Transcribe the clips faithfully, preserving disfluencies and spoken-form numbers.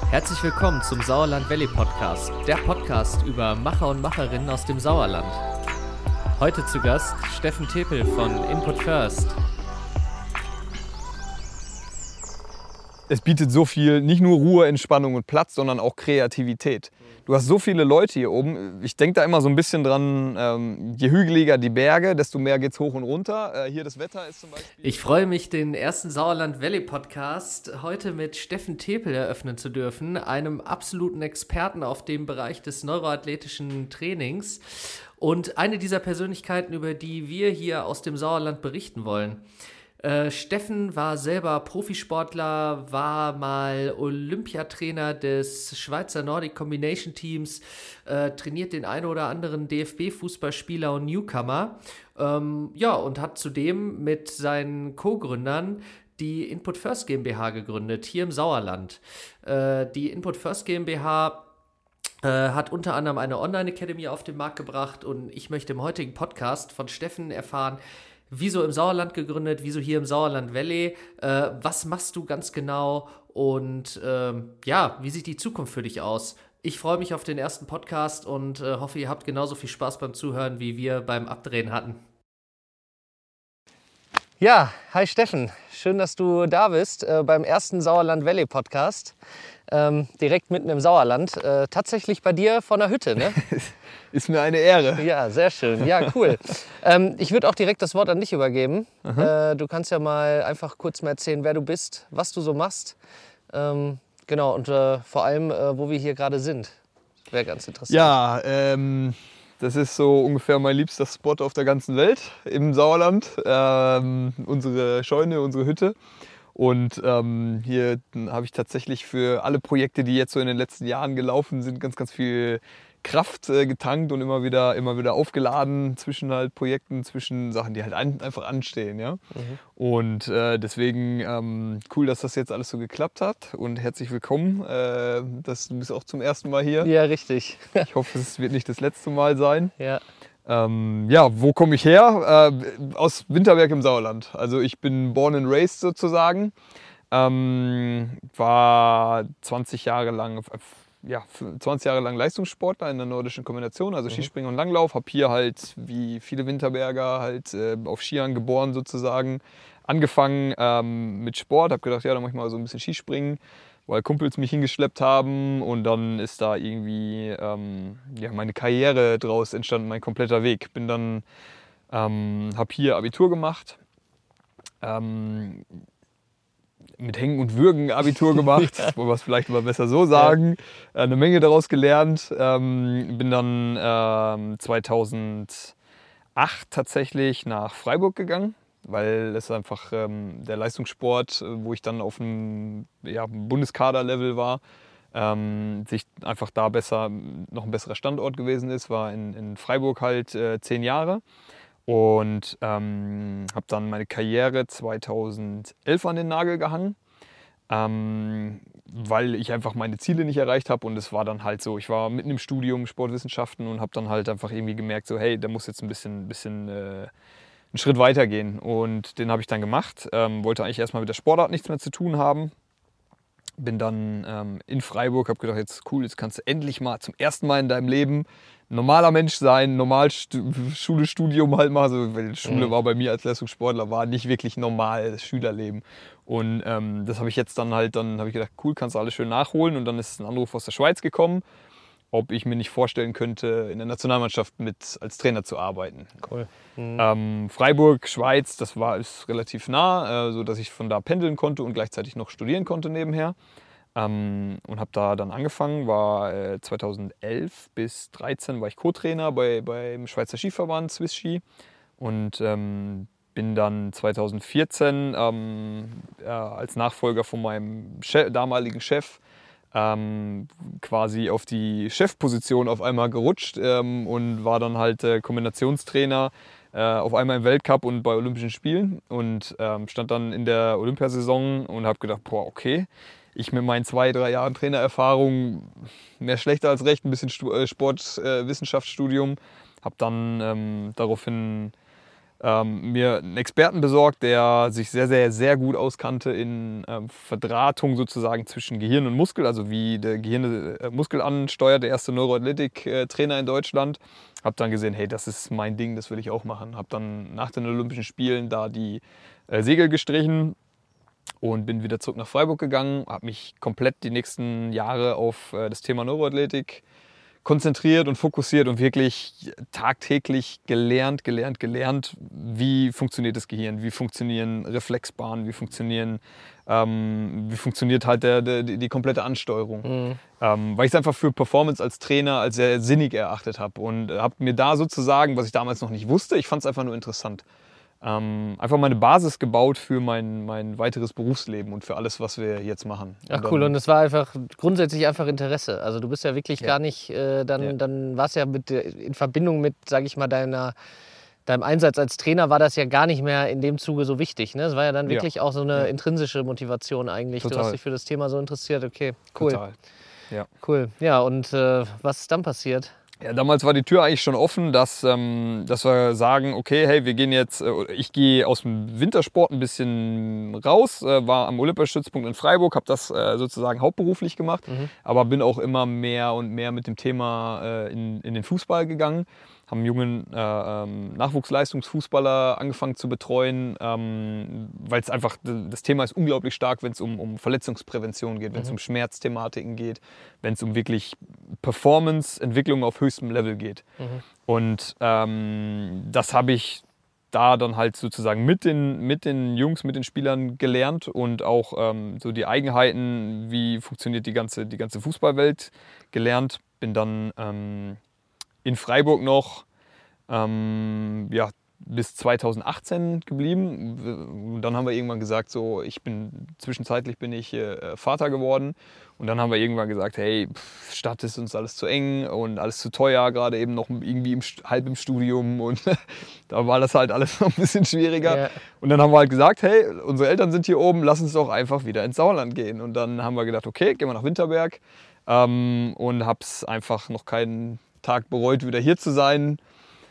Herzlich willkommen zum Sauerland Valley Podcast, der Podcast über Macher und Macherinnen aus dem Sauerland. Heute zu Gast Steffen Tepel von Input First. Es bietet so viel, nicht nur Ruhe, Entspannung und Platz, sondern auch Kreativität. Du hast so viele Leute hier oben. Ich denke da immer so ein bisschen dran, ähm, je hügeliger die Berge, desto mehr geht's hoch und runter. Äh, hier das Wetter ist zum Beispiel... Ich freue mich, den ersten Sauerland Valley Podcast heute mit Steffen Tepel eröffnen zu dürfen, einem absoluten Experten auf dem Bereich des neuroathletischen Trainings und eine dieser Persönlichkeiten, über die wir hier aus dem Sauerland berichten wollen. Äh, Steffen war selber Profisportler, war mal Olympiatrainer des Schweizer Nordic Combination Teams, äh, trainiert den einen oder anderen D F B-Fußballspieler und Newcomer, ähm, ja, und hat zudem mit seinen Co-Gründern die Input First GmbH gegründet, hier im Sauerland. Äh, die Input First GmbH äh, hat unter anderem eine Online-Academy auf den Markt gebracht und ich möchte im heutigen Podcast von Steffen erfahren, wieso im Sauerland gegründet, wieso hier im Sauerland Valley, äh, was machst du ganz genau und ähm, ja, wie sieht die Zukunft für dich aus? Ich freue mich auf den ersten Podcast und äh, hoffe, ihr habt genauso viel Spaß beim Zuhören, wie wir beim Abdrehen hatten. Ja, hi Steffen, schön, dass du da bist äh, beim ersten Sauerland Valley Podcast, ähm, direkt mitten im Sauerland, äh, tatsächlich bei dir von der Hütte, ne? Ist mir eine Ehre. Ja, sehr schön. Ja, cool. ähm, ich würde auch direkt das Wort an dich übergeben. Äh, du kannst ja mal einfach kurz mal erzählen, wer du bist, was du so machst. Ähm, genau, und äh, vor allem, äh, wo wir hier gerade sind. Wäre ganz interessant. Ja, ähm, das ist so ungefähr mein liebster Spot auf der ganzen Welt, im Sauerland. Ähm, unsere Scheune, unsere Hütte. Und ähm, hier habe ich tatsächlich für alle Projekte, die jetzt so in den letzten Jahren gelaufen sind, ganz, ganz viel Kraft äh, getankt und immer wieder, immer wieder aufgeladen zwischen halt Projekten, zwischen Sachen, die halt ein, einfach anstehen. Ja? Mhm. Und äh, deswegen ähm, cool, dass das jetzt alles so geklappt hat und herzlich willkommen. Äh, das, du bist auch zum ersten Mal hier. Ja, richtig. Ich hoffe, es wird nicht das letzte Mal sein. Ja. Ähm, ja, wo komme ich her? Äh, aus Winterberg im Sauerland. Also ich bin born and raised sozusagen. Ähm, war zwanzig Jahre lang... ja, zwanzig Jahre lang Leistungssportler in der nordischen Kombination, also mhm. Skispringen und Langlauf. Habe hier halt, wie viele Winterberger, halt äh, auf Skiern geboren sozusagen. Angefangen ähm, mit Sport, habe gedacht, ja, dann mache ich mal so ein bisschen Skispringen, weil Kumpels mich hingeschleppt haben. Und dann ist da irgendwie ähm, ja, meine Karriere draus entstanden, mein kompletter Weg. Bin dann, ähm, habe hier Abitur gemacht. Ähm, mit Hängen und Würgen Abitur gemacht, ja. Wollen wir es vielleicht mal besser so sagen. Ja. Eine Menge daraus gelernt. Ähm, bin dann ähm, zweitausendacht tatsächlich nach Freiburg gegangen, weil es einfach ähm, der Leistungssport, wo ich dann auf einem ja, Bundeskader-Level war, ähm, sich einfach da besser, noch ein besserer Standort gewesen ist, war in, in Freiburg halt äh, zehn Jahre. Und ähm, habe dann meine Karriere zweitausendelf an den Nagel gehangen, ähm, weil ich einfach meine Ziele nicht erreicht habe. Und es war dann halt so, ich war mitten im Studium Sportwissenschaften und habe dann halt einfach irgendwie gemerkt, so hey, da muss jetzt ein bisschen, bisschen äh, einen Schritt weiter gehen. Und den habe ich dann gemacht. Ähm, wollte eigentlich erstmal mit der Sportart nichts mehr zu tun haben. Bin dann ähm, in Freiburg, habe gedacht, jetzt cool, jetzt kannst du endlich mal zum ersten Mal in deinem Leben normaler Mensch sein, normal Schule, Studium halt mal. Also, weil Schule mhm. war bei mir als Leistungssportler war nicht wirklich normal, das Schülerleben. Und ähm, das habe ich jetzt dann halt, dann habe ich gedacht, cool, kannst du alles schön nachholen. Und dann ist ein Anruf aus der Schweiz gekommen, ob ich mir nicht vorstellen könnte, in der Nationalmannschaft mit als Trainer zu arbeiten. Cool. Mhm. Ähm, Freiburg, Schweiz, das war ist relativ nah, äh, sodass ich von da pendeln konnte und gleichzeitig noch studieren konnte nebenher. Ähm, und habe da dann angefangen, war äh, zweitausendelf bis dreizehn war ich Co-Trainer bei, beim Schweizer Skiverband Swiss Ski und ähm, bin dann zweitausendvierzehn ähm, äh, als Nachfolger von meinem Chef, damaligen Chef ähm, quasi auf die Chefposition auf einmal gerutscht ähm, und war dann halt äh, Kombinationstrainer äh, auf einmal im Weltcup und bei Olympischen Spielen und ähm, stand dann in der Olympiasaison und habe gedacht, boah, okay, ich mit meinen zwei, drei Jahren Trainererfahrung, mehr schlechter als recht, ein bisschen Sportwissenschaftsstudium, äh, habe dann ähm, daraufhin ähm, mir einen Experten besorgt, der sich sehr, sehr, sehr gut auskannte in ähm, Verdrahtung sozusagen zwischen Gehirn und Muskel, also wie der Gehirn äh, Muskel ansteuert, der erste Neuroathletik-Trainer in Deutschland. Habe dann gesehen, hey, das ist mein Ding, das will ich auch machen. Habe dann nach den Olympischen Spielen da die äh, Segel gestrichen und bin wieder zurück nach Freiburg gegangen, habe mich komplett die nächsten Jahre auf äh, das Thema Neuroathletik konzentriert und fokussiert und wirklich tagtäglich gelernt, gelernt, gelernt, wie funktioniert das Gehirn, wie funktionieren Reflexbahnen, wie funktionieren, ähm, wie funktioniert halt der, der, die komplette Ansteuerung. Mhm. Ähm, weil ich es einfach für Performance als Trainer als sehr sinnig erachtet habe und habe mir da sozusagen, was ich damals noch nicht wusste, ich fand es einfach nur interessant. Ähm, einfach meine Basis gebaut für mein, mein weiteres Berufsleben und für alles, was wir jetzt machen. Ach cool, und es war einfach grundsätzlich einfach Interesse. Also du bist ja wirklich ja. gar nicht, äh, dann, ja. dann war es ja mit, in Verbindung mit, sage ich mal, deiner, deinem Einsatz als Trainer war das ja gar nicht mehr in dem Zuge so wichtig. Ne? Es war ja dann wirklich ja. auch so eine ja. intrinsische Motivation eigentlich. Total. Du hast dich für das Thema so interessiert. Okay, cool. Total. Ja. Cool. Ja, und äh, was ist dann passiert? Ja, damals war die Tür eigentlich schon offen, dass, ähm, dass wir sagen, okay, hey, wir gehen jetzt, äh, ich gehe aus dem Wintersport ein bisschen raus, äh, war am Olympiastützpunkt in Freiburg, habe das äh, sozusagen hauptberuflich gemacht, mhm. aber bin auch immer mehr und mehr mit dem Thema äh, in, in den Fußball gegangen. Haben einen jungen äh, ähm, Nachwuchsleistungsfußballer angefangen zu betreuen, ähm, weil es einfach, das Thema ist unglaublich stark, wenn es um, um Verletzungsprävention geht, wenn es mhm. um Schmerzthematiken geht, wenn es um wirklich Performance-Entwicklung auf höchstem Level geht. Mhm. Und ähm, das habe ich da dann halt sozusagen mit den, mit den Jungs, mit den Spielern gelernt und auch ähm, so die Eigenheiten, wie funktioniert die ganze, die ganze Fußballwelt gelernt. Bin dann ähm, in Freiburg noch ähm, ja, bis zweitausendachtzehn geblieben. Und dann haben wir irgendwann gesagt, so, ich bin, zwischenzeitlich bin ich äh, Vater geworden. Und dann haben wir irgendwann gesagt, hey, pff, Stadt ist uns alles zu eng und alles zu teuer, gerade eben noch irgendwie im, halb im Studium. Und da war das halt alles noch ein bisschen schwieriger. Ja. Und dann haben wir halt gesagt, hey, unsere Eltern sind hier oben, lass uns doch einfach wieder ins Sauerland gehen. Und dann haben wir gedacht, okay, gehen wir nach Winterberg. Ähm, und hab's einfach noch keinen Tag bereut, wieder hier zu sein,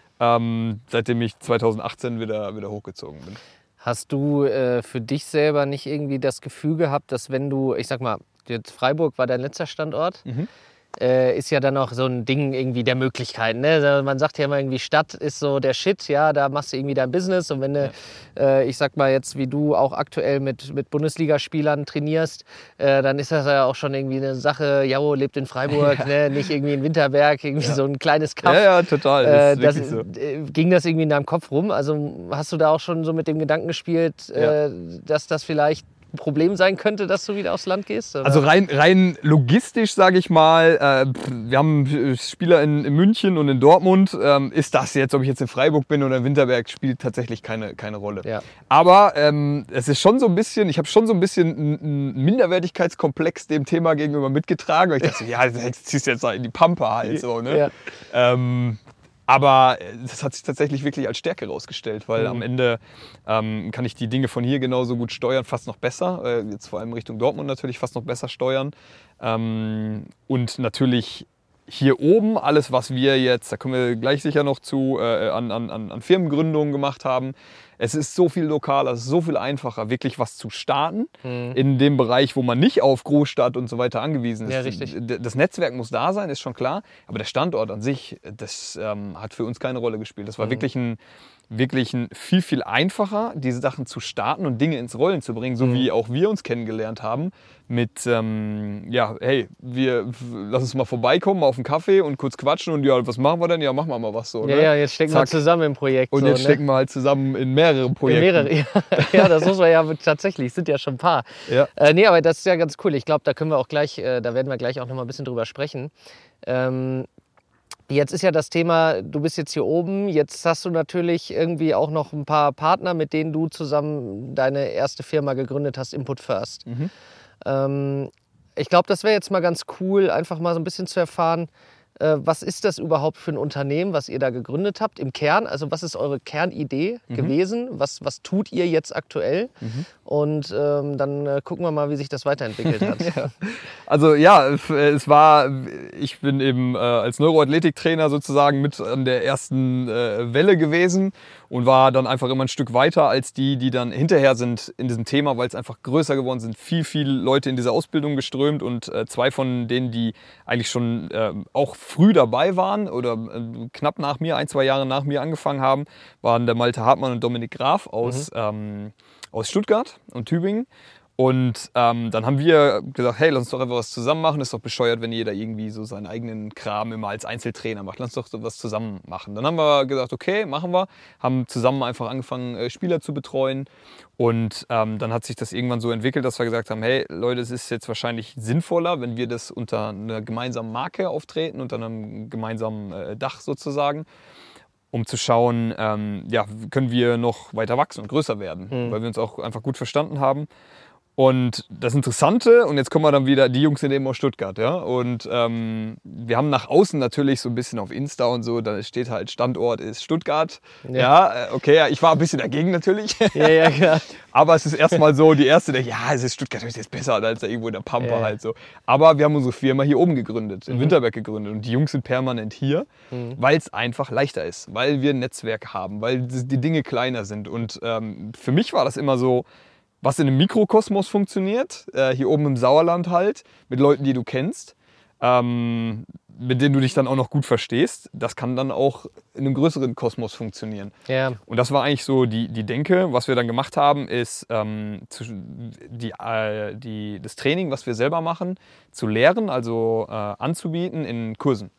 ähm, seitdem ich zweitausendachtzehn wieder, wieder hochgezogen bin. Hast du äh, für dich selber nicht irgendwie das Gefühl gehabt, dass wenn du, ich sag mal, jetzt Freiburg war dein letzter Standort, mhm. äh, ist ja dann auch so ein Ding irgendwie der Möglichkeiten. Ne? Man sagt ja immer irgendwie, Stadt ist so der Shit, ja, da machst du irgendwie dein Business und wenn du, ja. äh, ich sag mal jetzt, wie du auch aktuell mit, mit Bundesligaspielern trainierst, äh, dann ist das ja auch schon irgendwie eine Sache, Jao lebt in Freiburg, ja. ne? Nicht irgendwie in Winterberg, irgendwie ja. so ein kleines Kaff. Ja, ja, total. Äh, das, so. Ging das irgendwie in deinem Kopf rum? Also hast du da auch schon so mit dem Gedanken gespielt, ja. äh, dass das vielleicht ein Problem sein könnte, dass du wieder aufs Land gehst? Oder? Also rein, rein logistisch, sage ich mal, äh, wir haben Spieler in, in München und in Dortmund, ähm, ist das jetzt, ob ich jetzt in Freiburg bin oder in Winterberg, spielt tatsächlich keine, keine Rolle. Ja. Aber ähm, es ist schon so ein bisschen, ich habe schon so ein bisschen einen Minderwertigkeitskomplex dem Thema gegenüber mitgetragen, weil ich dachte, ja, das ziehst du jetzt in die Pampa halt so, ne? Ja. Ähm, Aber das hat sich tatsächlich wirklich als Stärke rausgestellt, weil mhm. am Ende ähm, kann ich die Dinge von hier genauso gut steuern, fast noch besser. Äh, jetzt vor allem Richtung Dortmund natürlich fast noch besser steuern. Ähm, und natürlich hier oben alles, was wir jetzt, da kommen wir gleich sicher noch zu, äh, an, an, an Firmengründungen gemacht haben. Es ist so viel lokaler, es ist so viel einfacher, wirklich was zu starten mhm. in dem Bereich, wo man nicht auf Großstadt und so weiter angewiesen ist. Ja, richtig. Das Netzwerk muss da sein, ist schon klar, aber der Standort an sich, das ähm, hat für uns keine Rolle gespielt. Das war mhm. wirklich ein wirklich ein viel, viel einfacher, diese Sachen zu starten und Dinge ins Rollen zu bringen, so mhm. wie auch wir uns kennengelernt haben. Mit, ähm, ja, hey, wir, lass uns mal vorbeikommen auf einen Kaffee und kurz quatschen und ja, was machen wir denn? Ja, machen wir mal was so. Ja, ne? ja, jetzt stecken Zack. wir zusammen im Projekt. Und so, jetzt ne? stecken wir halt zusammen in mehreren Projekten. In mehrere, ja, ja, das muss man ja tatsächlich, sind ja schon ein paar. Ja. Äh, nee, aber das ist ja ganz cool. Ich glaube, da können wir auch gleich, äh, da werden wir gleich auch noch mal ein bisschen drüber sprechen. Ähm, Jetzt ist ja das Thema, du bist jetzt hier oben, jetzt hast du natürlich irgendwie auch noch ein paar Partner, mit denen du zusammen deine erste Firma gegründet hast, Input First. Mhm. Ähm, ich glaube, das wäre jetzt mal ganz cool, einfach mal so ein bisschen zu erfahren, äh, was ist das überhaupt für ein Unternehmen, was ihr da gegründet habt im Kern? Also was ist eure Kernidee mhm. gewesen? Was, was tut ihr jetzt aktuell? Mhm. Und ähm, dann äh, gucken wir mal, wie sich das weiterentwickelt hat. ja. Also ja, es war, ich bin eben äh, als Neuroathletiktrainer sozusagen mit an der ersten äh, Welle gewesen und war dann einfach immer ein Stück weiter als die, die dann hinterher sind in diesem Thema, weil es einfach größer geworden sind. Viel, viele Leute in diese Ausbildung geströmt und äh, zwei von denen, die eigentlich schon äh, auch früh dabei waren oder äh, knapp nach mir, ein, zwei Jahre nach mir angefangen haben, waren der Malte Hartmann und Dominik Graf aus, mhm. ähm, aus Stuttgart und Tübingen. Und ähm, dann haben wir gesagt, hey, lass uns doch einfach was zusammen machen. Ist doch bescheuert, wenn jeder irgendwie so seinen eigenen Kram immer als Einzeltrainer macht. Lass uns doch so was zusammen machen. Dann haben wir gesagt, okay, machen wir. Haben zusammen einfach angefangen, äh, Spieler zu betreuen. Und ähm, dann hat sich das irgendwann so entwickelt, dass wir gesagt haben, hey Leute, es ist jetzt wahrscheinlich sinnvoller, wenn wir das unter einer gemeinsamen Marke auftreten, unter einem gemeinsamen äh, Dach sozusagen, um zu schauen, ähm, ja, können wir noch weiter wachsen und größer werden, mhm. weil wir uns auch einfach gut verstanden haben. Und das Interessante, und jetzt kommen wir dann wieder, die Jungs sind eben aus Stuttgart, ja, und ähm, wir haben nach außen natürlich so ein bisschen auf Insta und so, da steht halt Standort ist Stuttgart, ja, ja okay, ich war ein bisschen dagegen natürlich, ja, ja, klar. Aber es ist erstmal so, die erste, der, ja, es ist Stuttgart, ist jetzt besser als da irgendwo in der Pampa ja. halt so, aber wir haben unsere Firma hier oben gegründet, in mhm. Winterberg gegründet und die Jungs sind permanent hier, mhm. weil es einfach leichter ist, weil wir ein Netzwerk haben, weil die Dinge kleiner sind und ähm, für mich war das immer so, was in einem Mikrokosmos funktioniert, äh, hier oben im Sauerland halt, mit Leuten, die du kennst, ähm, mit denen du dich dann auch noch gut verstehst, das kann dann auch in einem größeren Kosmos funktionieren. Ja. Und das war eigentlich so die, die Denke. Was wir dann gemacht haben, ist ähm, zu, die, äh, die, das Training, was wir selber machen, zu lehren, also äh, anzubieten in Kursen.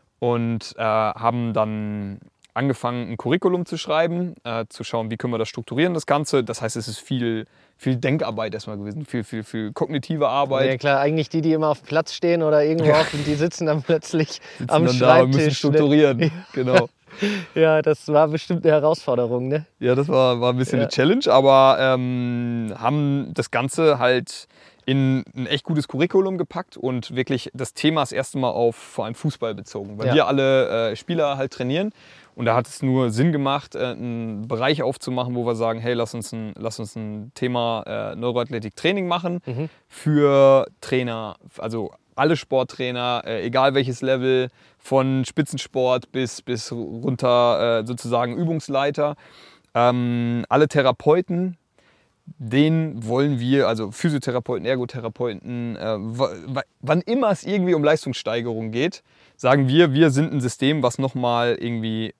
Und äh, haben dann angefangen, ein Curriculum zu schreiben, äh, zu schauen, wie können wir das strukturieren, das Ganze. Das heißt, es ist viel, viel Denkarbeit erstmal gewesen, viel, viel, viel kognitive Arbeit. Ja klar, eigentlich die, die immer auf dem Platz stehen oder irgendwo ja. auf und die sitzen dann plötzlich sitzen am dann Schreibtisch. Da und müssen strukturieren, ja. genau. Ja, das war bestimmt eine Herausforderung, ne? Ja, das war, war ein bisschen ja. eine Challenge, aber ähm, haben das Ganze halt in ein echt gutes Curriculum gepackt und wirklich das Thema das erste Mal auf vor allem Fußball bezogen, weil ja. wir alle äh, Spieler halt trainieren. Und da hat es nur Sinn gemacht, einen Bereich aufzumachen, wo wir sagen, hey, lass uns ein, lass uns ein Thema äh, Neuroathletik-Training machen mhm. für Trainer, also alle Sporttrainer, äh, egal welches Level, von Spitzensport bis, bis runter äh, sozusagen Übungsleiter. Ähm, alle Therapeuten, denen wollen wir, also Physiotherapeuten, Ergotherapeuten, äh, w- wann immer es irgendwie um Leistungssteigerung geht, sagen wir, wir sind ein System, was nochmal irgendwie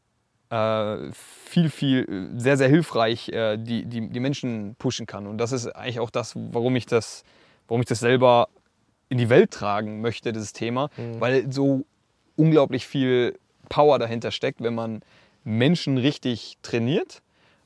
Äh, viel, viel, sehr, sehr hilfreich äh, die, die, die Menschen pushen kann. Und das ist eigentlich auch das, warum ich das, warum ich das selber in die Welt tragen möchte, dieses Thema, mhm. weil so unglaublich viel Power dahinter steckt, wenn man Menschen richtig trainiert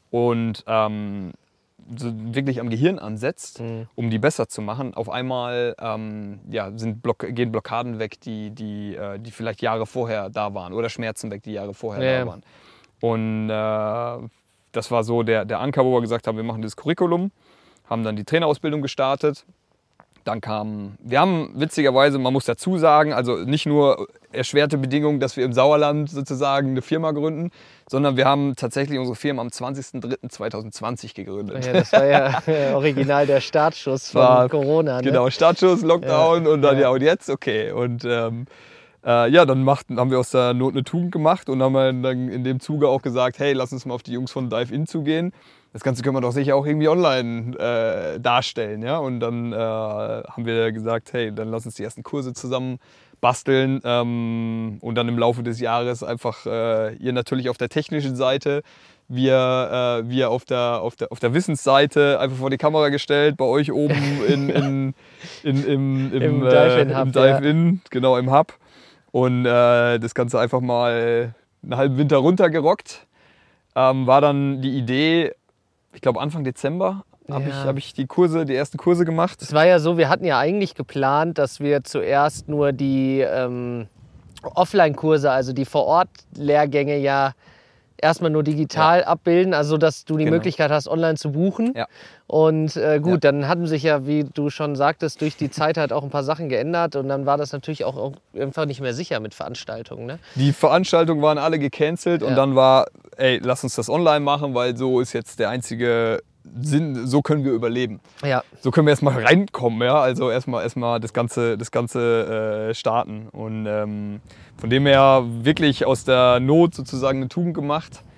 und ähm, so wirklich am Gehirn ansetzt, mhm. um die besser zu machen. Auf einmal ähm, ja, sind Block- gehen Blockaden weg, die, die, äh, die vielleicht Jahre vorher da waren oder Schmerzen weg, die Jahre vorher ja. da waren. Und äh, das war so der, der Anker, wo wir gesagt haben, wir machen dieses Curriculum, haben dann die Trainerausbildung gestartet. Dann kam, wir haben witzigerweise, man muss dazu sagen, also nicht nur erschwerte Bedingungen, dass wir im Sauerland sozusagen eine Firma gründen, sondern wir haben tatsächlich unsere Firma am zwanzigsten dritten zweitausendzwanzig gegründet. Ja, das war ja original der Startschuss von war, Corona. Ne? Genau, Startschuss, Lockdown ja, und dann ja. ja und jetzt, okay. Und ähm, äh, ja, dann machten, haben wir aus der Not eine Tugend gemacht und haben dann in dem Zuge auch gesagt, hey, lass uns mal auf die Jungs von Dive In zugehen. Das Ganze können wir doch sicher auch irgendwie online äh, darstellen. Ja? Und dann äh, haben wir gesagt, hey, dann lass uns die ersten Kurse zusammen basteln. Ähm, und dann im Laufe des Jahres einfach äh, ihr natürlich auf der technischen Seite, wir, äh, wir auf, der, auf, der, auf der Wissensseite einfach vor die Kamera gestellt, bei euch oben in, in, in, im, im, Im äh, Dive-In-Hub. im Dive-In, ja. Genau, im Hub. Und äh, das Ganze einfach mal einen halben Winter runtergerockt. Ähm, war dann die Idee, ich glaube Anfang Dezember habe ja. ich, hab ich die Kurse, die ersten Kurse gemacht. Es war ja so, wir hatten ja eigentlich geplant, dass wir zuerst nur die ähm, Offline-Kurse, also die Vor-Ort-Lehrgänge ja erstmal nur digital ja. abbilden, also dass du die genau. Möglichkeit hast, online zu buchen. Ja. Und äh, gut, ja. dann hatten sich ja, wie du schon sagtest, durch die Zeit halt auch ein paar Sachen geändert und dann war das natürlich auch, auch einfach nicht mehr sicher mit Veranstaltungen. Ne? Die Veranstaltungen waren alle gecancelt ja. und dann war, ey, lass uns das online machen, weil so ist jetzt der einzige Sinn, so können wir überleben. Ja. So können wir erstmal reinkommen, ja, also erstmal erstmal das Ganze, das Ganze äh, starten. Und ähm, von dem her wirklich aus der Not sozusagen eine Tugend gemacht.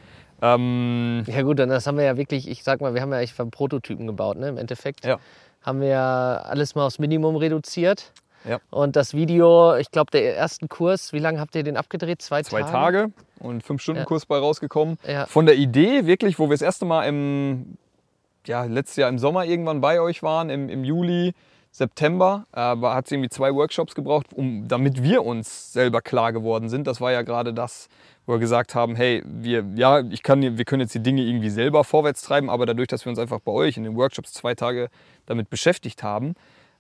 Ähm, Ja gut, dann das haben wir ja wirklich, ich sag mal, wir haben ja echt Prototypen gebaut, ne? Im Endeffekt Ja. haben wir ja alles mal aufs Minimum reduziert. Ja. Und das Video, ich glaube, der ersten Kurs, wie lange habt ihr den abgedreht? Zwei, Zwei Tage? Tage und fünf Stunden Ja. Kurs bei rausgekommen. Ja. Von der Idee wirklich, wo wir das erste Mal im, ja, letztes Jahr im Sommer irgendwann bei euch waren, im, im Juli, September, äh, hat es irgendwie zwei Workshops gebraucht, um, damit wir uns selber klar geworden sind. Das war ja gerade das, wo wir gesagt haben, hey, wir, ja, ich kann, wir können jetzt die Dinge irgendwie selber vorwärts treiben, aber dadurch, dass wir uns einfach bei euch in den Workshops zwei Tage damit beschäftigt haben,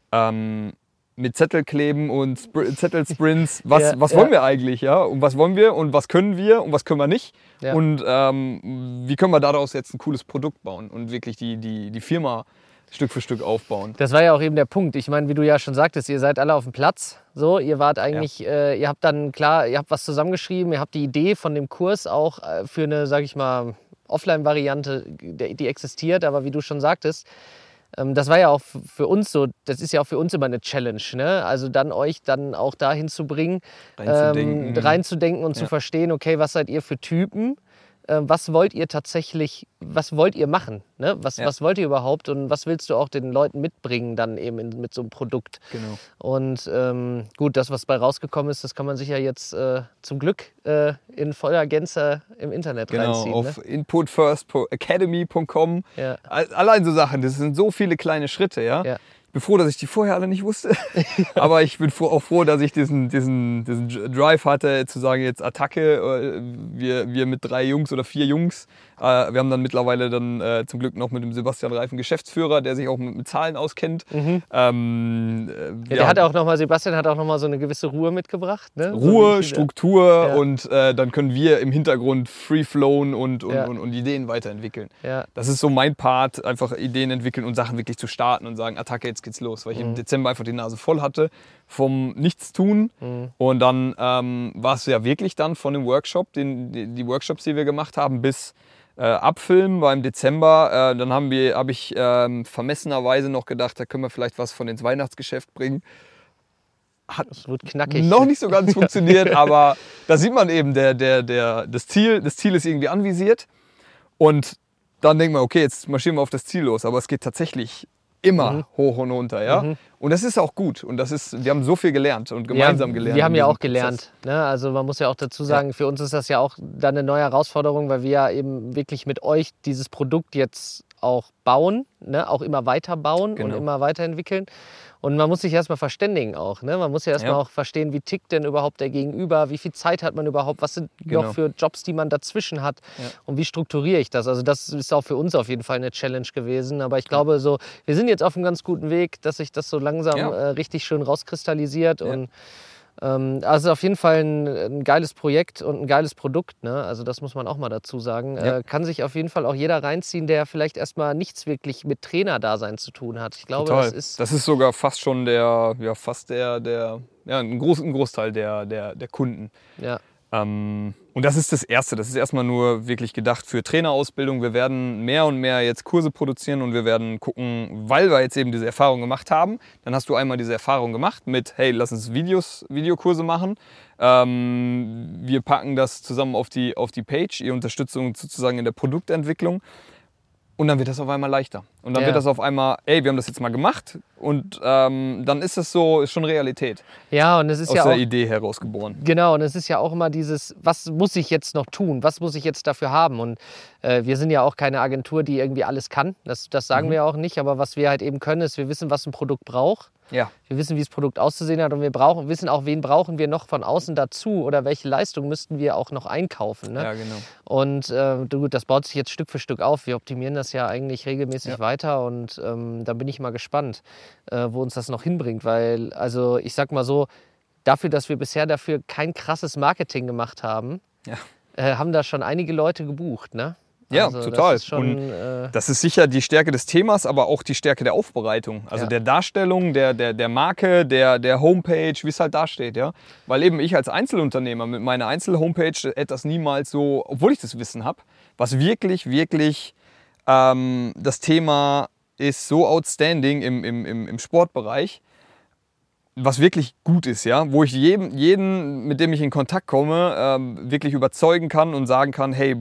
ähm, mit Zettelkleben und Spr Zettelsprints, was, Ja, was ja. wollen wir eigentlich, ja? Und was wollen wir und was können wir und was können wir nicht? Ja. Und ähm, wie können wir daraus jetzt ein cooles Produkt bauen und wirklich die, die, die Firma Stück für Stück aufbauen. Das war ja auch eben der Punkt. Ich meine, wie du ja schon sagtest, ihr seid alle auf dem Platz. So, ihr wart eigentlich, Ja. äh, ihr habt dann klar, ihr habt was zusammengeschrieben, ihr habt die Idee von dem Kurs auch äh, für eine, sag ich mal, Offline-Variante, die, die existiert, aber wie du schon sagtest, ähm, das war ja auch f- für uns so, das ist ja auch für uns immer eine Challenge, ne? Also dann euch dann auch dahin zu bringen, Reinzudenken. ähm, reinzudenken und zu Ja. verstehen, okay, was seid ihr für Typen? Äh, was wollt ihr tatsächlich, was wollt ihr machen? Ne? Was, Ja. was wollt ihr überhaupt und was willst du auch den Leuten mitbringen dann eben in, mit so einem Produkt? Genau. Und ähm, gut, das, was bei rausgekommen ist, das kann man sich ja jetzt äh, zum Glück äh, in voller Gänze im Internet Genau, reinziehen. auf Ne? input first academy punkt com. Ja. Allein so Sachen, das sind so viele kleine Schritte, ja. Ja. Ich bin froh, dass ich die vorher alle nicht wusste. Aber ich bin froh, auch froh, dass ich diesen, diesen, diesen Drive hatte, zu sagen, jetzt Attacke. äh, Wir, wir mit drei Jungs oder vier Jungs. äh, Wir haben dann mittlerweile dann äh, zum Glück noch mit dem Sebastian Reif einen Geschäftsführer, der sich auch mit, mit Zahlen auskennt. Mhm. Ähm, äh, Ja, wir der hat haben auch noch mal, Sebastian hat auch noch mal so eine gewisse Ruhe mitgebracht. Ne? So Ruhe, wie viele- Struktur Ja. und äh, dann können wir im Hintergrund free flowen und, und, Ja. und, und Ideen weiterentwickeln. Ja. Das ist so mein Part, einfach Ideen entwickeln und Sachen wirklich zu starten und sagen, Attacke, jetzt geht's los. Weil ich im Dezember einfach die Nase voll hatte vom Nichtstun. Mhm. Und dann ähm, war es ja wirklich dann von dem Workshop, den, die, die Workshops, die wir gemacht haben, bis äh, Abfilmen war im Dezember. Äh, dann haben wir, habe ich ähm, vermessenerweise noch gedacht, da können wir vielleicht was von ins Weihnachtsgeschäft bringen. Hat Das wird knackig. noch nicht so ganz funktioniert, aber da sieht man eben, der, der, der, das, Ziel, das Ziel ist irgendwie anvisiert. Und dann denkt man, okay, jetzt marschieren wir auf das Ziel los. Aber es geht tatsächlich immer Mhm. hoch und runter. Ja? Mhm. Und das ist auch gut. Und das ist, wir haben so viel gelernt und gemeinsam ja, gelernt. Wir haben in ja diesem auch gelernt. Prozess. Ne? Also man muss ja auch dazu sagen, für uns ist das ja auch dann eine neue Herausforderung, weil wir ja eben wirklich mit euch dieses Produkt jetzt auch bauen, ne? Auch immer weiter bauen Genau. und immer weiterentwickeln. Und man muss sich erstmal verständigen auch. Ne? Man muss ja erstmal Ja. auch verstehen, wie tickt denn überhaupt der Gegenüber, wie viel Zeit hat man überhaupt, was sind Genau. noch für Jobs, die man dazwischen hat Ja. und wie strukturiere ich das. Also das ist auch für uns auf jeden Fall eine Challenge gewesen. Aber ich glaube, so, wir sind jetzt auf einem ganz guten Weg, dass sich das so langsam Ja. äh, richtig schön rauskristallisiert. Ja. Und ähm, also auf jeden Fall ein, ein geiles Projekt und ein geiles Produkt. Ne? Also das muss man auch mal dazu sagen. Ja. Äh, kann sich auf jeden Fall auch jeder reinziehen, der vielleicht erstmal nichts wirklich mit Trainerdasein zu tun hat. Ich glaube, Total. das ist... das ist sogar fast schon der, ja, fast der, der ja, ein, Groß, ein Großteil der, der, der Kunden. Ja. Ähm, und das ist das Erste. Das ist erstmal nur wirklich gedacht für Trainerausbildung. Wir werden mehr und mehr jetzt Kurse produzieren und wir werden gucken, weil wir jetzt eben diese Erfahrung gemacht haben. Dann hast du einmal diese Erfahrung gemacht mit, hey, lass uns Videos, Videokurse machen. Ähm, wir packen das zusammen auf die, auf die Page, ihr unterstützt uns sozusagen in der Produktentwicklung. Und dann wird das auf einmal leichter. Und dann Ja. wird das auf einmal, ey, wir haben das jetzt mal gemacht. Und ähm, dann ist es so, ist schon Realität. Ja, und es ist Aus ja der auch... Idee herausgeboren. Genau, und es ist ja auch immer dieses, was muss ich jetzt noch tun? Was muss ich jetzt dafür haben? Und äh, wir sind ja auch keine Agentur, die irgendwie alles kann. Das, das sagen Mhm. wir auch nicht. Aber was wir halt eben können, ist, wir wissen, was ein Produkt braucht. Ja. Wir wissen, wie das Produkt auszusehen hat. Und wir brauchen, wissen auch, wen brauchen wir noch von außen dazu oder welche Leistung müssten wir auch noch einkaufen. Ne? Ja, genau. Und äh, du, das baut sich jetzt Stück für Stück auf. Wir optimieren das ja eigentlich regelmäßig Ja. weiter und ähm, da bin ich mal gespannt, äh, wo uns das noch hinbringt. Weil, also ich sag mal so, dafür, dass wir bisher dafür kein krasses Marketing gemacht haben, Ja. äh, haben da schon einige Leute gebucht. Ne? Ja, Also, total. Das ist, schon, Und äh, das ist sicher die Stärke des Themas, aber auch die Stärke der Aufbereitung. Also Ja. der Darstellung, der, der, der Marke, der, der Homepage, wie es halt dasteht. Ja? Weil eben ich als Einzelunternehmer mit meiner Einzelhomepage hätte das niemals so, obwohl ich das Wissen habe, was wirklich, wirklich ähm, das Thema ist so outstanding im, im, im, im Sportbereich, was wirklich gut ist, ja, wo ich jedem, jeden, mit dem ich in Kontakt komme, ähm, wirklich überzeugen kann und sagen kann, hey,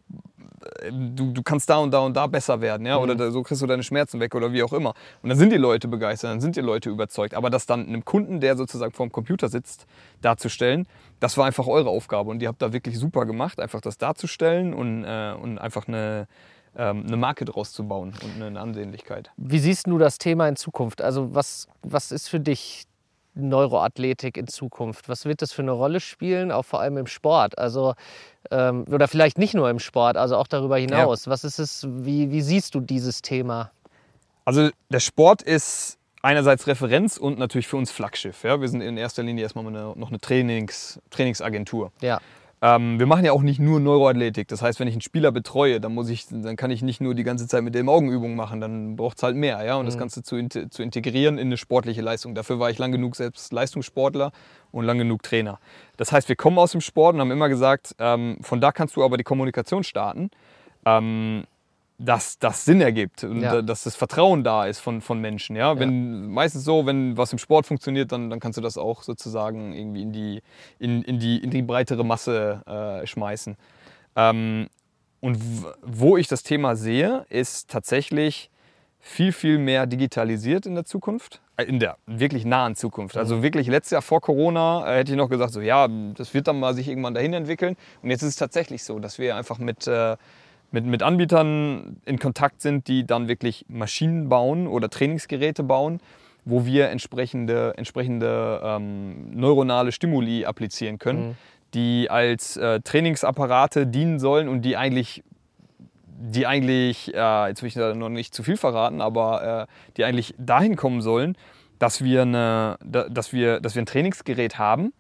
du, du kannst da und da und da besser werden, ja, mhm. oder da, so kriegst du deine Schmerzen weg oder wie auch immer. Und dann sind die Leute begeistert, dann sind die Leute überzeugt. Aber das dann einem Kunden, der sozusagen vor dem Computer sitzt, darzustellen, das war einfach eure Aufgabe. Und ihr habt da wirklich super gemacht, einfach das darzustellen und, äh, und einfach eine, ähm, eine Marke draus zu bauen und eine Ansehnlichkeit. Wie siehst du das Thema in Zukunft? Also was, was ist für dich Neuroathletik in Zukunft? Was wird das für eine Rolle spielen, auch vor allem im Sport? Also, ähm, oder vielleicht nicht nur im Sport, also auch darüber hinaus. Ja. Was ist es, wie, wie siehst du dieses Thema? Also der Sport ist einerseits Referenz und natürlich für uns Flaggschiff. Ja? Wir sind in erster Linie erstmal eine, noch eine Trainings, Trainingsagentur. Ja. Ähm, wir machen ja auch nicht nur Neuroathletik. Das heißt, wenn ich einen Spieler betreue, dann, muss ich, dann kann ich nicht nur die ganze Zeit mit dem Augenübungen machen. Dann braucht es halt mehr. Ja? Und mhm. das Ganze zu, zu integrieren in eine sportliche Leistung. Dafür war ich lang genug selbst Leistungssportler und lang genug Trainer. Das heißt, wir kommen aus dem Sport und haben immer gesagt, ähm, von da kannst du aber die Kommunikation starten. Ähm, dass das Sinn ergibt und ja. dass das Vertrauen da ist von, von Menschen. Ja? Ja. Wenn, meistens so, wenn was im Sport funktioniert, dann, dann kannst du das auch sozusagen irgendwie in die, in, in die, in die breitere Masse äh, schmeißen. Ähm, und wo ich das Thema sehe, ist tatsächlich viel, viel mehr digitalisiert in der Zukunft. In der wirklich nahen Zukunft. Also mhm. wirklich letztes Jahr vor Corona äh, hätte ich noch gesagt, so ja, das wird dann mal sich irgendwann dahin entwickeln. Und jetzt ist es tatsächlich so, dass wir einfach mit äh, Mit, mit Anbietern in Kontakt sind, die dann wirklich Maschinen bauen oder Trainingsgeräte bauen, wo wir entsprechende, entsprechende ähm, neuronale Stimuli applizieren können, mhm. die als äh, Trainingsapparate dienen sollen und die eigentlich, die eigentlich äh, jetzt will ich da noch nicht zu viel verraten, aber äh, die eigentlich dahin kommen sollen, dass wir, eine, dass wir, dass wir ein Trainingsgerät haben,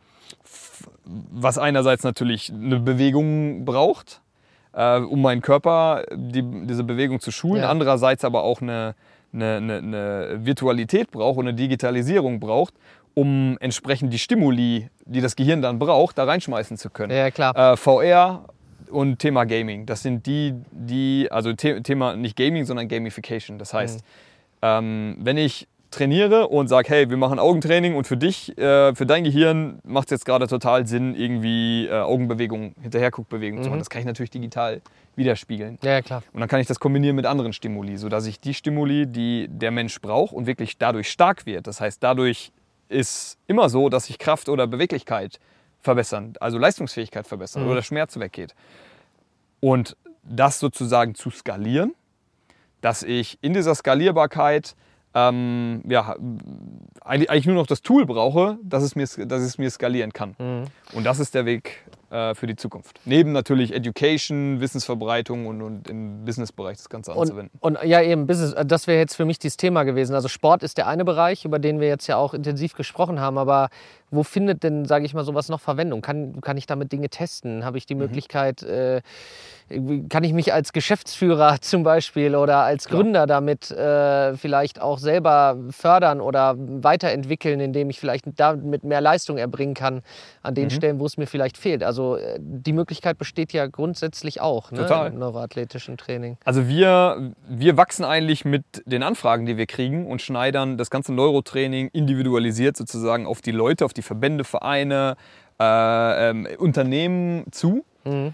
was einerseits natürlich eine Bewegung braucht, Uh, um meinen Körper die, diese Bewegung zu schulen, ja. andererseits aber auch eine, eine, eine, eine Virtualität braucht und eine Digitalisierung braucht, um entsprechend die Stimuli, die das Gehirn dann braucht, da reinschmeißen zu können. Ja, klar. Uh, V R und Thema Gaming, das sind die, die also The- Thema nicht Gaming, sondern Gamification. Das heißt, mhm. ähm, wenn ich trainiere und sage, hey, wir machen Augentraining und für dich, äh, für dein Gehirn macht es jetzt gerade total Sinn, irgendwie äh, Augenbewegungen, Hinterherguckbewegungen mhm. zu machen. Das kann ich natürlich digital widerspiegeln. Ja, klar. Und dann kann ich das kombinieren mit anderen Stimuli, sodass ich die Stimuli, die der Mensch braucht und wirklich dadurch stark wird. Das heißt, dadurch ist immer so, dass sich Kraft oder Beweglichkeit verbessern, also Leistungsfähigkeit verbessern mhm. oder Schmerz weggeht. Und das sozusagen zu skalieren, dass ich in dieser Skalierbarkeit Ähm, ja, eigentlich nur noch das Tool brauche, dass es mir, dass es mir skalieren kann. Mhm. Und das ist der Weg äh, für die Zukunft. Neben natürlich Education, Wissensverbreitung und, und im Businessbereich das Ganze anzuwenden. Und, und ja, eben, Business, das wäre jetzt für mich dieses Thema gewesen. Also Sport ist der eine Bereich, über den wir jetzt ja auch intensiv gesprochen haben, aber wo findet denn, sage ich mal, sowas noch Verwendung? Kann, kann ich damit Dinge testen? Habe ich die mhm. Möglichkeit, äh, kann ich mich als Geschäftsführer zum Beispiel oder als Klar. Gründer damit äh, vielleicht auch selber fördern oder weiterentwickeln, indem ich vielleicht damit mehr Leistung erbringen kann an den mhm. Stellen, wo es mir vielleicht fehlt? Also äh, die Möglichkeit besteht ja grundsätzlich auch, ne, im neuroathletischen Training. Also wir, wir wachsen eigentlich mit den Anfragen, die wir kriegen und schneidern das ganze Neurotraining individualisiert sozusagen auf die Leute, auf die Verbände, Vereine, äh, ähm, Unternehmen zu. Mhm.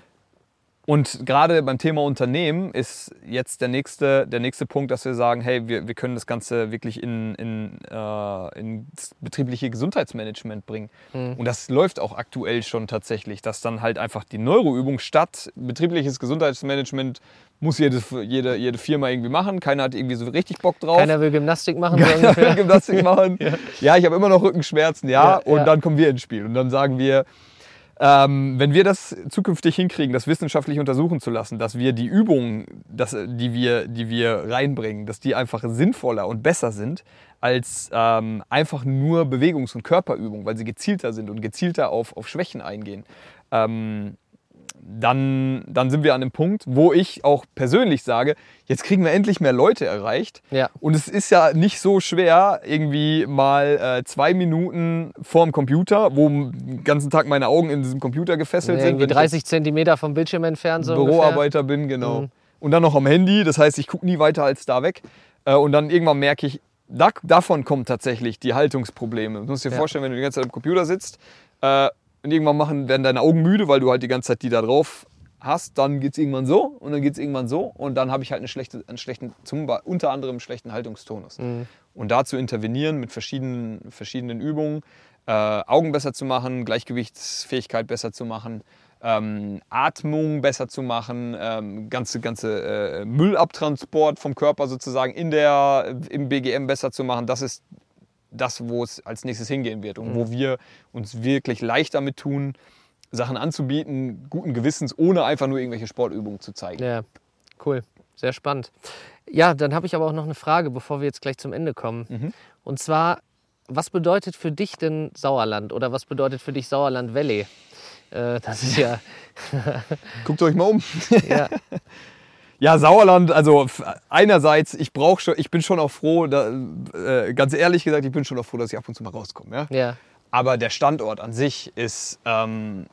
Und gerade beim Thema Unternehmen ist jetzt der nächste, der nächste Punkt, dass wir sagen, hey, wir, wir können das Ganze wirklich in, in, äh, ins betriebliche Gesundheitsmanagement bringen. Mhm. Und das läuft auch aktuell schon tatsächlich, dass dann halt einfach die Neuroübung statt betriebliches Gesundheitsmanagement muss jede, jede, jede Firma irgendwie machen. Keiner hat irgendwie so richtig Bock drauf. Keiner will Gymnastik machen. Keiner will Gymnastik machen. ja. ja, ich habe immer noch Rückenschmerzen, ja. ja und ja. dann kommen wir ins Spiel. Und dann sagen wir, Ähm, wenn wir das zukünftig hinkriegen, das wissenschaftlich untersuchen zu lassen, dass wir die Übungen, das, die, wir, die wir reinbringen, dass die einfach sinnvoller und besser sind als ähm, einfach nur Bewegungs- und Körperübungen, weil sie gezielter sind und gezielter auf, auf Schwächen eingehen, ähm, dann, dann sind wir an dem Punkt, wo ich auch persönlich sage, jetzt kriegen wir endlich mehr Leute erreicht. Ja. Und es ist ja nicht so schwer, irgendwie mal äh, zwei Minuten vorm Computer, wo den ganzen Tag meine Augen in diesem Computer gefesselt ja, sind. Irgendwie dreißig Zentimeter vom Bildschirm entfernt. So Büroarbeiter ungefähr. bin, genau. Mhm. Und dann noch am Handy, das heißt, ich gucke nie weiter als da weg. Äh, und dann irgendwann merke ich, da, davon kommen tatsächlich die Haltungsprobleme. Du musst dir ja. vorstellen, wenn du die ganze Zeit am Computer sitzt, äh, und irgendwann machen, werden deine Augen müde, weil du halt die ganze Zeit die da drauf hast, dann geht es irgendwann so und dann geht es irgendwann so und dann habe ich halt eine schlechte, einen schlechten, zum, unter anderem einen schlechten Haltungstonus. Mhm. Und da zu intervenieren mit verschiedenen, verschiedenen Übungen, äh, Augen besser zu machen, Gleichgewichtsfähigkeit besser zu machen, ähm, Atmung besser zu machen, ähm, ganze, ganze äh, Müllabtransport vom Körper sozusagen in der, im B G M besser zu machen, das ist das, wo es als nächstes hingehen wird und mhm. wo wir uns wirklich leicht damit tun, Sachen anzubieten, guten Gewissens, ohne einfach nur irgendwelche Sportübungen zu zeigen. Ja, cool. Sehr spannend. Ja, dann habe ich aber auch noch eine Frage, bevor wir jetzt gleich zum Ende kommen. Mhm. Und zwar, was bedeutet für dich denn Sauerland oder was bedeutet für dich Sauerland Valley? Äh, das ist ja... Guckt euch mal um. Ja. Ja, Sauerland, also einerseits, ich brauche schon, ich bin schon auch froh, da, äh, ganz ehrlich gesagt, ich bin schon auch froh, dass ich ab und zu mal rauskomme. Ja? Ja. Aber der Standort an sich ist, ähm,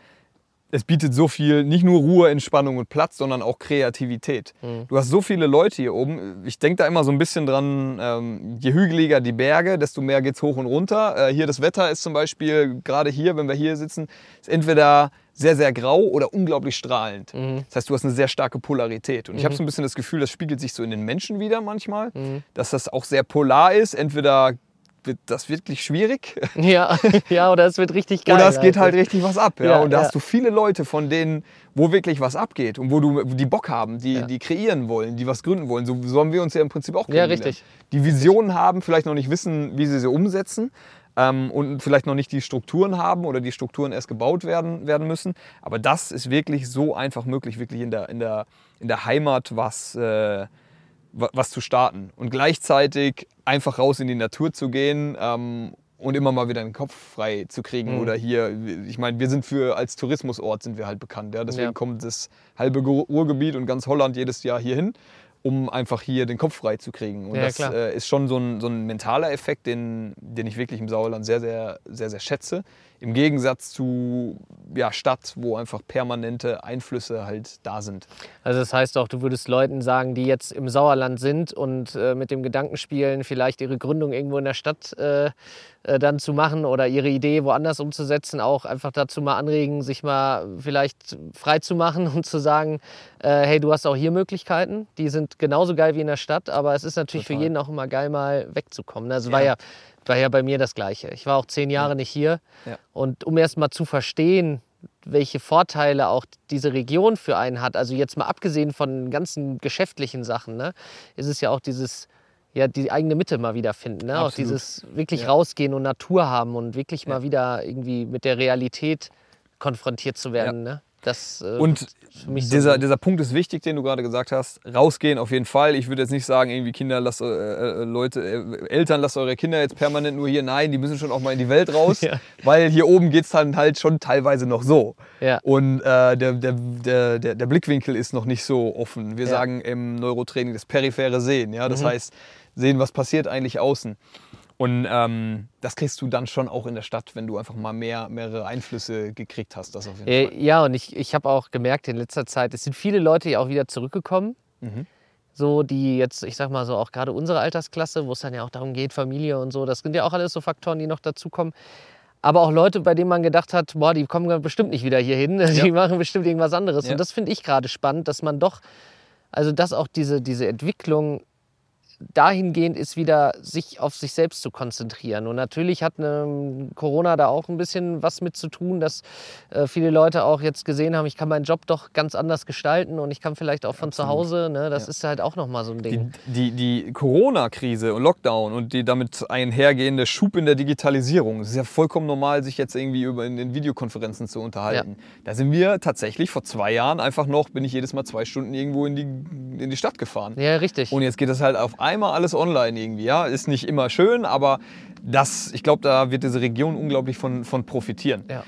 es bietet so viel, nicht nur Ruhe, Entspannung und Platz, sondern auch Kreativität. Mhm. Du hast so viele Leute hier oben. Ich denke da immer so ein bisschen dran, ähm, je hügeliger die Berge, desto mehr geht es hoch und runter. Äh, hier das Wetter ist zum Beispiel, gerade hier, wenn wir hier sitzen, ist entweder sehr, sehr grau oder unglaublich strahlend. Mhm. Das heißt, du hast eine sehr starke Polarität. Und ich mhm. habe so ein bisschen das Gefühl, das spiegelt sich so in den Menschen wieder manchmal, mhm. dass das auch sehr polar ist. Entweder wird das wirklich schwierig. Ja, ja, oder es wird richtig geil. Oder es geht halt richtig was ab. Ja? Ja, und da ja. hast du viele Leute, von denen, wo wirklich was abgeht und wo du die Bock haben, die, Ja. die kreieren wollen, die was gründen wollen. So, so haben wir uns ja im Prinzip auch Ja, kennengelernt. richtig. Die Visionen haben, vielleicht noch nicht wissen, wie sie sie umsetzen. Ähm, und vielleicht noch nicht die Strukturen haben oder die Strukturen erst gebaut werden, werden müssen. Aber das ist wirklich so einfach möglich, wirklich in der, in der, in der Heimat was, äh, was zu starten. Und gleichzeitig einfach raus in die Natur zu gehen ähm, und immer mal wieder den Kopf frei zu kriegen. Mhm. Oder hier, ich meine, wir sind für, als Tourismusort sind wir halt bekannt. Ja? Deswegen ja. kommt das halbe Ruhrgebiet und ganz Holland jedes Jahr hier hin, um einfach hier den Kopf frei zu kriegen. Und ja, das äh, ist schon so ein, so ein mentaler Effekt, den, den ich wirklich im Sauerland sehr, sehr, sehr, sehr schätze. Im Gegensatz zu ja, Stadt, wo einfach permanente Einflüsse halt da sind. Also das heißt auch, du würdest Leuten sagen, die jetzt im Sauerland sind und äh, mit dem Gedanken spielen, vielleicht ihre Gründung irgendwo in der Stadt äh, äh, dann zu machen oder ihre Idee woanders umzusetzen, auch einfach dazu mal anregen, sich mal vielleicht frei zu machen und zu sagen, äh, hey, du hast auch hier Möglichkeiten, die sind genauso geil wie in der Stadt, aber es ist natürlich Total. Für jeden auch immer geil, mal wegzukommen. Also ja. war ja war ja bei mir das Gleiche. Ich war auch zehn Jahre ja. nicht hier. Ja. Und um erst mal zu verstehen, welche Vorteile auch diese Region für einen hat, also jetzt mal abgesehen von ganzen geschäftlichen Sachen, ne, ist es ja auch dieses, ja, die eigene Mitte mal wieder finden. Ne? Auch dieses wirklich ja. rausgehen und Natur haben und wirklich ja. mal wieder irgendwie mit der Realität konfrontiert zu werden. Ja. Ne? Das, äh, und für mich dieser, so dieser Punkt ist wichtig, den du gerade gesagt hast. Rausgehen auf jeden Fall. Ich würde jetzt nicht sagen, irgendwie Kinder, lasst, äh, Leute, äh, Eltern, lasst eure Kinder jetzt permanent nur hier. Nein, die müssen schon auch mal in die Welt raus. Ja. Weil hier oben geht es dann halt schon teilweise noch so. Ja. Und äh, der, der, der, der, der Blickwinkel ist noch nicht so offen. Wir ja. sagen im Neurotraining das periphere Sehen. Ja? Das mhm. heißt, sehen, was passiert eigentlich außen. Und ähm, das kriegst du dann schon auch in der Stadt, wenn du einfach mal mehr, mehrere Einflüsse gekriegt hast. Das auf jeden äh, Fall. Ja, und ich, ich habe auch gemerkt in letzter Zeit, es sind viele Leute ja auch wieder zurückgekommen. Mhm. So, die jetzt, ich sag mal so, auch gerade unsere Altersklasse, wo es dann ja auch darum geht, Familie und so, das sind ja auch alles so Faktoren, die noch dazukommen. Aber auch Leute, bei denen man gedacht hat, boah, die kommen bestimmt nicht wieder hier hin, die ja. machen bestimmt irgendwas anderes. Ja. Und das finde ich gerade spannend, dass man doch, also dass auch diese, diese Entwicklung dahingehend ist, wieder sich auf sich selbst zu konzentrieren. Und natürlich hat eine Corona da auch ein bisschen was mit zu tun, dass äh, viele Leute auch jetzt gesehen haben, ich kann meinen Job doch ganz anders gestalten und ich kann vielleicht auch von Absolut. Zu Hause, ne, das ja. ist halt auch nochmal so ein Ding. Die, die, die Corona-Krise und Lockdown und die damit einhergehende Schub in der Digitalisierung, es ist ja vollkommen normal, sich jetzt irgendwie über in den Videokonferenzen zu unterhalten. Ja. Da sind wir tatsächlich vor zwei Jahren einfach noch, bin ich jedes Mal zwei Stunden irgendwo in die, in die Stadt gefahren. Ja, richtig. Und jetzt geht das halt auf einmal alles online irgendwie, ja. Ist nicht immer schön, aber das, ich glaube, da wird diese Region unglaublich von, von profitieren. Ja.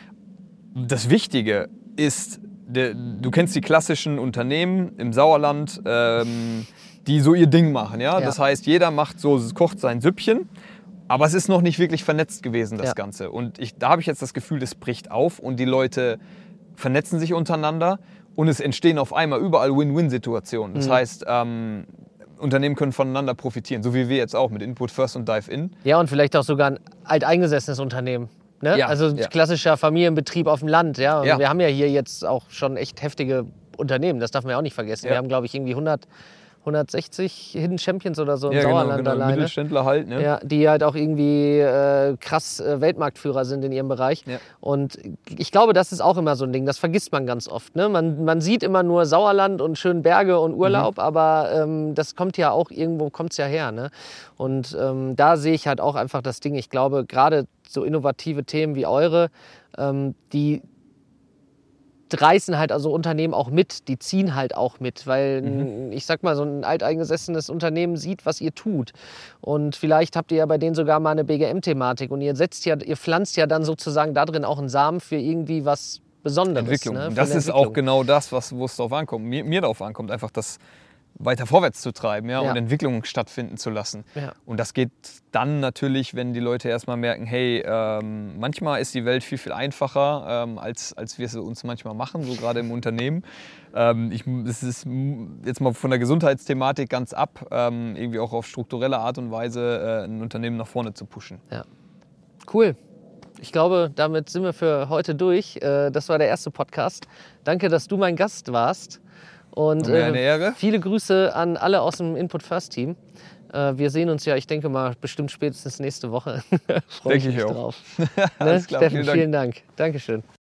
Das Wichtige ist, der, du kennst die klassischen Unternehmen im Sauerland, ähm, die so ihr Ding machen, ja. ja. Das heißt, jeder macht so, kocht sein Süppchen, aber es ist noch nicht wirklich vernetzt gewesen, das ja. Ganze. Und ich, da habe ich jetzt das Gefühl, es bricht auf und die Leute vernetzen sich untereinander und es entstehen auf einmal überall Win-Win-Situationen. Das mhm. heißt, ähm, Unternehmen können voneinander profitieren, so wie wir jetzt auch mit Input First und Dive In. Ja, und vielleicht auch sogar ein alteingesessenes Unternehmen, Ne? Ja, also ja. klassischer Familienbetrieb auf dem Land. Ja? Und Ja. wir haben ja hier jetzt auch schon echt heftige Unternehmen, das darf man ja auch nicht vergessen. Ja. Wir haben, glaube ich, irgendwie hundert, hundertsechzig Hidden Champions oder so im Ja, genau, Sauerland genau. alleine. Mittelständler halt, ne? Ja, die halt auch irgendwie äh, krass äh, Weltmarktführer sind in ihrem Bereich. Ja. Und ich glaube, das ist auch immer so ein Ding, das vergisst man ganz oft. Ne? Man, man sieht immer nur Sauerland und schöne Berge und Urlaub, mhm. aber ähm, das kommt ja auch, irgendwo kommt's ja her. Ne? Und ähm, da sehe ich halt auch einfach das Ding. Ich glaube, gerade so innovative Themen wie eure, ähm, die reißen halt also Unternehmen auch mit, die ziehen halt auch mit, weil mhm. ich sag mal, so ein alteingesessenes Unternehmen sieht, was ihr tut. Und vielleicht habt ihr ja bei denen sogar mal eine B G M-Thematik und ihr setzt ja, ihr pflanzt ja dann sozusagen da drin auch einen Samen für irgendwie was Besonderes. Entwicklung. Ne? Das ist auch genau das, was, wo es darauf ankommt. Mir, mir darauf ankommt, einfach das weiter vorwärts zu treiben, ja, Ja. und Entwicklung stattfinden zu lassen. Ja. Und das geht dann natürlich, wenn die Leute erstmal merken, hey, ähm, manchmal ist die Welt viel, viel einfacher, ähm, als, als wir es uns manchmal machen, so gerade im Unternehmen. Ähm, ich, es ist jetzt mal von der Gesundheitsthematik ganz ab, ähm, irgendwie auch auf strukturelle Art und Weise äh, ein Unternehmen nach vorne zu pushen. Ja. Cool. Ich glaube, damit sind wir für heute durch. Äh, Das war der erste Podcast. Danke, dass du mein Gast warst. Und War mir eine Ehre. äh, viele Grüße an alle aus dem Input First Team. Äh, wir sehen uns ja, ich denke mal, bestimmt spätestens nächste Woche. Freue Denke mich ich auch. drauf. Alles Ne? klar, Steffen, vielen Dank. vielen Dank. Dankeschön.